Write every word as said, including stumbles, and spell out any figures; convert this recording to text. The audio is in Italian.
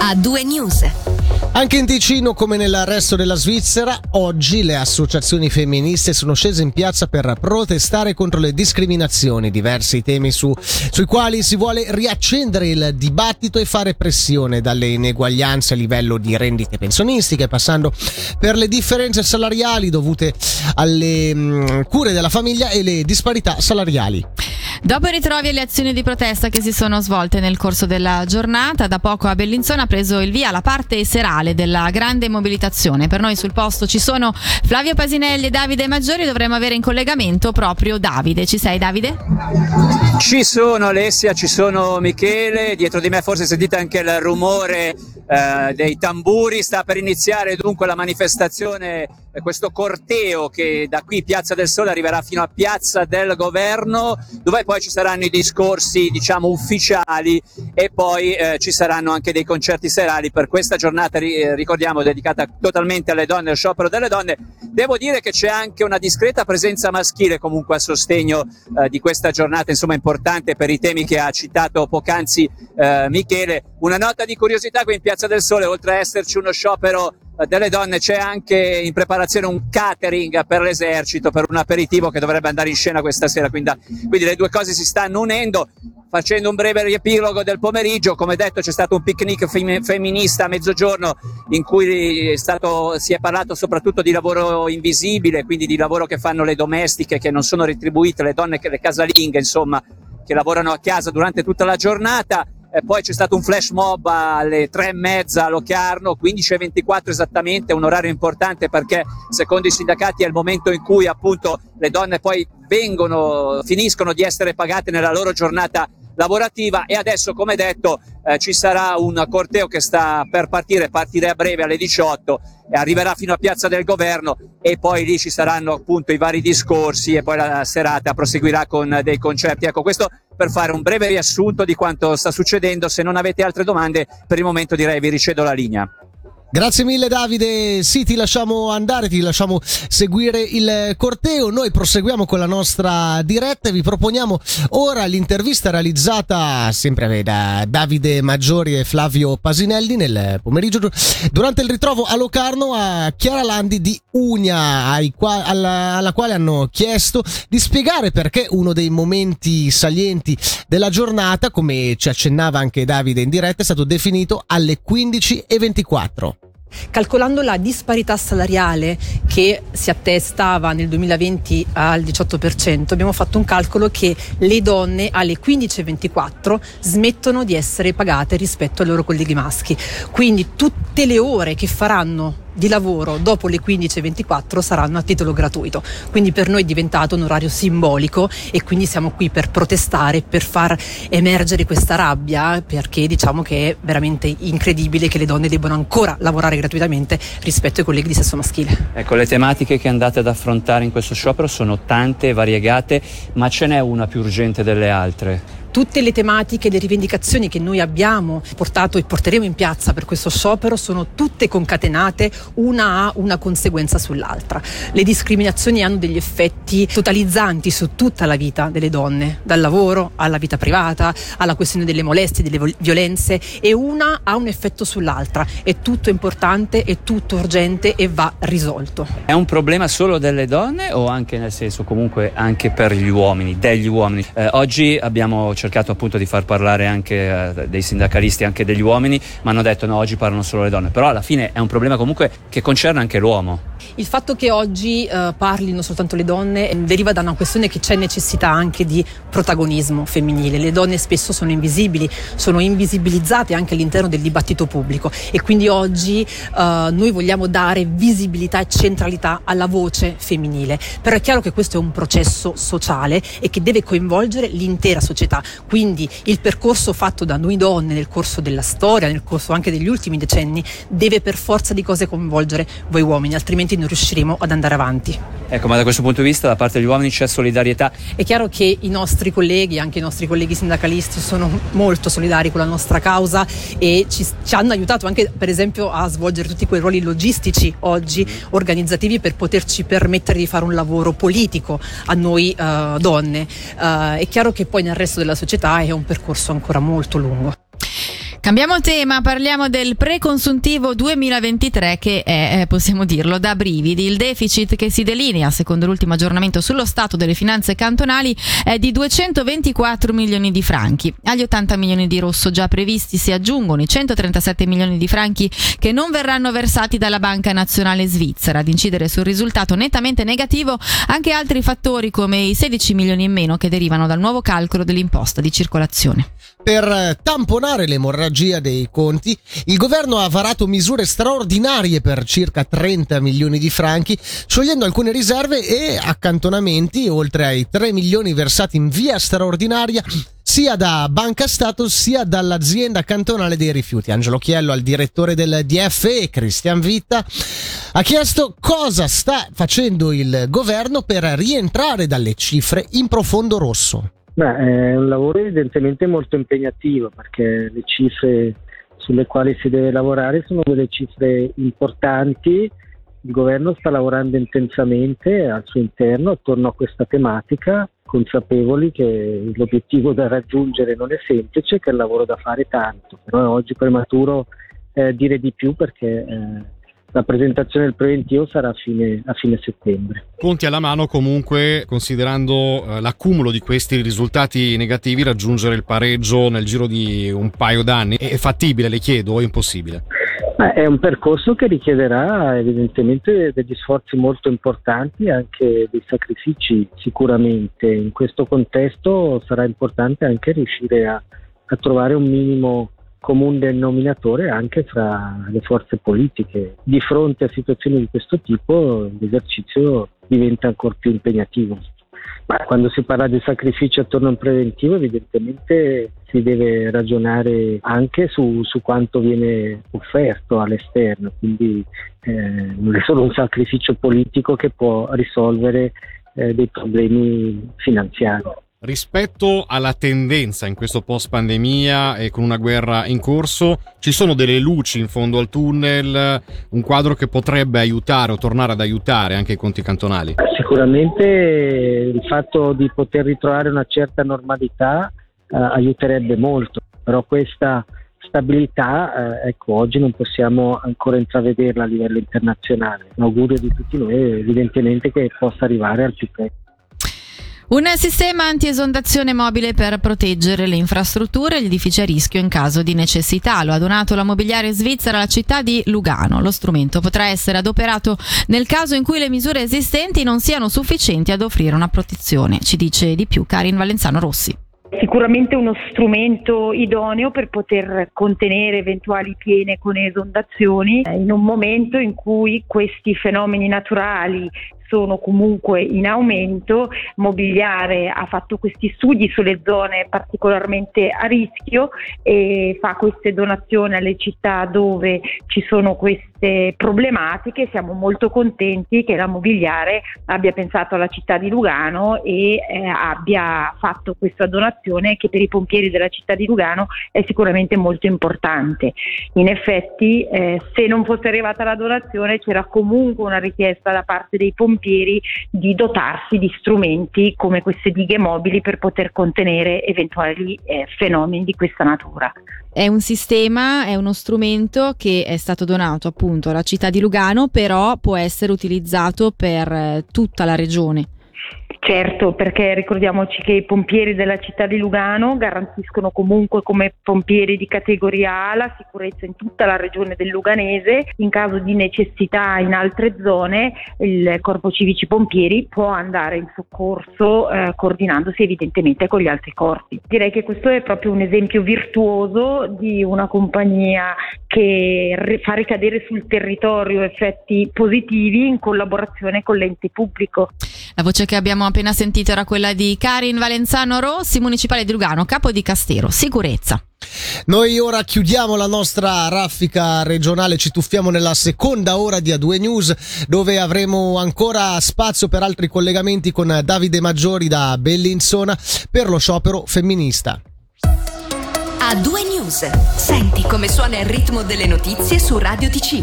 A due News. Anche in Ticino, come nel resto della Svizzera, oggi le associazioni femministe sono scese in piazza per protestare contro le discriminazioni, diversi temi su, sui quali si vuole riaccendere il dibattito e fare pressione, dalle ineguaglianze a livello di rendite pensionistiche, passando per le differenze salariali dovute alle mh, cure della famiglia e le disparità salariali. Dopo i ritrovi e le azioni di protesta che si sono svolte nel corso della giornata, da poco a Bellinzona ha preso il via la parte serale della grande mobilitazione. Per noi sul posto ci sono Flavio Pasinelli e Davide Maggiori. Dovremmo avere in collegamento proprio Davide. Ci sei, Davide? Ci sono Alessia, ci sono Michele. Dietro di me forse sentite anche il rumore eh, dei tamburi. Sta per iniziare dunque la manifestazione, eh, questo corteo che da qui Piazza del Sole arriverà fino a Piazza del Governo, dove poi ci saranno i discorsi, diciamo, ufficiali, e poi eh, ci saranno anche dei concerti serali per questa giornata, eh, ricordiamo, dedicata totalmente alle donne, al sciopero delle donne. Devo dire che c'è anche una discreta presenza maschile comunque a sostegno eh, di questa giornata, insomma, importante per i temi che ha citato poc'anzi eh, Michele. Una nota di curiosità: qui in Piazza del Sole, oltre a esserci uno sciopero delle donne, c'è anche in preparazione un catering per l'esercito, per un aperitivo che dovrebbe andare in scena questa sera, quindi, quindi le due cose si stanno unendo. Facendo un breve riepilogo del pomeriggio, come detto c'è stato un picnic fem- femminista a mezzogiorno in cui è stato, si è parlato soprattutto di lavoro invisibile, quindi di lavoro che fanno le domestiche, che non sono retribuite, le donne, che le casalinghe, insomma, che lavorano a casa durante tutta la giornata. E poi c'è stato un flash mob alle tre e mezza a Locarno, quindici e ventiquattro esattamente, un orario importante perché secondo i sindacati è il momento in cui appunto le donne poi vengono, finiscono di essere pagate nella loro giornata lavorativa. E adesso, come detto, eh, ci sarà un corteo che sta per partire, partire a breve alle diciotto e arriverà fino a Piazza del Governo, e poi lì ci saranno appunto i vari discorsi e poi la serata proseguirà con dei concerti. Ecco, questo per fare un breve riassunto di quanto sta succedendo. Se non avete altre domande, per il momento direi vi ricedo la linea. Grazie mille Davide, sì, ti lasciamo andare, ti lasciamo seguire il corteo. Noi proseguiamo con la nostra diretta e vi proponiamo ora l'intervista realizzata sempre da Davide Maggiori e Flavio Pasinelli nel pomeriggio durante il ritrovo a Locarno a Chiara Landi di Ugna, ai qua, alla, alla quale hanno chiesto di spiegare perché uno dei momenti salienti della giornata, come ci accennava anche Davide in diretta, è stato definito alle quindici e ventiquattro. Calcolando la disparità salariale che si attestava nel duemilaventi al diciotto per cento, abbiamo fatto un calcolo che le donne alle quindici e ventiquattro smettono di essere pagate rispetto ai loro colleghi maschi. Quindi tutte le ore che faranno di lavoro dopo le quindici e ventiquattro saranno a titolo gratuito. Quindi per noi è diventato un orario simbolico e quindi siamo qui per protestare, per far emergere questa rabbia, perché diciamo che è veramente incredibile che le donne debbano ancora lavorare gratuitamente rispetto ai colleghi di sesso maschile. Ecco, le tematiche che andate ad affrontare in questo sciopero sono tante, variegate, ma ce n'è una più urgente delle altre? Tutte le tematiche e le rivendicazioni che noi abbiamo portato e porteremo in piazza per questo sciopero sono tutte concatenate, una ha una conseguenza sull'altra. Le discriminazioni hanno degli effetti totalizzanti su tutta la vita delle donne, dal lavoro alla vita privata, alla questione delle molestie, delle violenze, e una ha un effetto sull'altra. È tutto importante, è tutto urgente e va risolto. È un problema solo delle donne o anche, nel senso, comunque anche per gli uomini, degli uomini? Eh, oggi abbiamo cercato appunto di far parlare anche eh, dei sindacalisti, anche degli uomini, ma hanno detto no, oggi parlano solo le donne, però alla fine è un problema comunque che concerne anche l'uomo. Il fatto che oggi eh, parlino soltanto le donne eh, deriva da una questione che c'è necessità anche di protagonismo femminile. Le donne spesso sono invisibili, sono invisibilizzate anche all'interno del dibattito pubblico, e quindi oggi eh, noi vogliamo dare visibilità e centralità alla voce femminile. Però è chiaro che questo è un processo sociale e che deve coinvolgere l'intera società. Quindi il percorso fatto da noi donne nel corso della storia, nel corso anche degli ultimi decenni, deve per forza di cose coinvolgere voi uomini, altrimenti non riusciremo ad andare avanti. Ecco, ma da questo punto di vista da parte degli uomini c'è solidarietà? È chiaro che i nostri colleghi, anche i nostri colleghi sindacalisti, sono molto solidari con la nostra causa e ci, ci hanno aiutato anche, per esempio, a svolgere tutti quei ruoli logistici oggi organizzativi per poterci permettere di fare un lavoro politico a noi uh, donne. Uh, è chiaro che poi nel resto della società è un percorso ancora molto lungo. Cambiamo tema, parliamo del preconsuntivo duemilaventitré che è, eh, possiamo dirlo, da brividi. Il deficit che si delinea, secondo l'ultimo aggiornamento sullo stato delle finanze cantonali, è di duecentoventiquattro milioni di franchi. Agli ottanta milioni di rosso già previsti si aggiungono i centotrentasette milioni di franchi che non verranno versati dalla Banca Nazionale Svizzera. Ad incidere sul risultato nettamente negativo anche altri fattori come i sedici milioni in meno che derivano dal nuovo calcolo dell'imposta di circolazione. Per tamponare l'emorragia dei conti, il governo ha varato misure straordinarie per circa trenta milioni di franchi, sciogliendo alcune riserve e accantonamenti, oltre ai tre milioni versati in via straordinaria sia da Banca Stato sia dall'azienda cantonale dei rifiuti. Angelo Chiello, al direttore del D F E, Cristian Vitta, ha chiesto cosa sta facendo il governo per rientrare dalle cifre in profondo rosso. Beh, è un lavoro evidentemente molto impegnativo, perché le cifre sulle quali si deve lavorare sono delle cifre importanti. Il governo sta lavorando intensamente al suo interno attorno a questa tematica, consapevoli che l'obiettivo da raggiungere non è semplice, che il lavoro da fare è tanto. Però oggi è prematuro eh, dire di più, perché eh, la presentazione del preventivo sarà a fine, a fine settembre. Conti alla mano, comunque, considerando eh, l'accumulo di questi risultati negativi, raggiungere il pareggio nel giro di un paio d'anni è fattibile, le chiedo, o è impossibile? Eh, è un percorso che richiederà evidentemente degli sforzi molto importanti, anche dei sacrifici sicuramente. In questo contesto sarà importante anche riuscire a, a trovare un minimo comune denominatore anche fra le forze politiche. Di fronte a situazioni di questo tipo l'esercizio diventa ancora più impegnativo. Ma quando si parla di sacrifici attorno a un preventivo, evidentemente si deve ragionare anche su, su quanto viene offerto all'esterno, quindi eh, non è solo un sacrificio politico che può risolvere eh, dei problemi finanziari. Rispetto alla tendenza in questo post pandemia e con una guerra in corso, ci sono delle luci in fondo al tunnel, un quadro che potrebbe aiutare o tornare ad aiutare anche i conti cantonali? Sicuramente il fatto di poter ritrovare una certa normalità eh, aiuterebbe molto, però questa stabilità eh, ecco, oggi non possiamo ancora intravederla a livello internazionale. L'augurio di tutti noi è evidentemente che possa arrivare al più presto. Un sistema anti-esondazione mobile per proteggere le infrastrutture e gli edifici a rischio in caso di necessità. Lo ha donato la Mobiliare Svizzera alla città di Lugano. Lo strumento potrà essere adoperato nel caso in cui le misure esistenti non siano sufficienti ad offrire una protezione. Ci dice di più Karin Valenzano Rossi. Sicuramente uno strumento idoneo per poter contenere eventuali piene con esondazioni in un momento in cui questi fenomeni naturali sono comunque in aumento. Mobiliare ha fatto questi studi sulle zone particolarmente a rischio e fa queste donazioni alle città dove ci sono queste problematiche. Siamo molto contenti che la Mobiliare abbia pensato alla città di Lugano e eh, abbia fatto questa donazione, che per i pompieri della città di Lugano è sicuramente molto importante. In effetti eh, se non fosse arrivata la donazione c'era comunque una richiesta da parte dei pompieri di dotarsi di strumenti come queste dighe mobili per poter contenere eventuali eh, fenomeni di questa natura. È un sistema, è uno strumento che è stato donato appunto alla città di Lugano, però può essere utilizzato per eh, tutta la regione. Certo, perché ricordiamoci che i pompieri della città di Lugano garantiscono comunque come pompieri di categoria A la sicurezza in tutta la regione del Luganese. In caso di necessità in altre zone il Corpo Civici Pompieri può andare in soccorso eh, coordinandosi evidentemente con gli altri corpi. Direi che questo è proprio un esempio virtuoso di una compagnia che fa ricadere sul territorio effetti positivi in collaborazione con l'ente pubblico. La voce che abbiamo appena sentito era quella di Karin Valenzano Rossi, municipale di Lugano, capo di Castero Sicurezza. Noi ora chiudiamo la nostra raffica regionale, ci tuffiamo nella seconda ora di A due News, dove avremo ancora spazio per altri collegamenti con Davide Maggiori da Bellinzona per lo sciopero femminista. A due News. Senti come suona il ritmo delle notizie su Radio Ticino.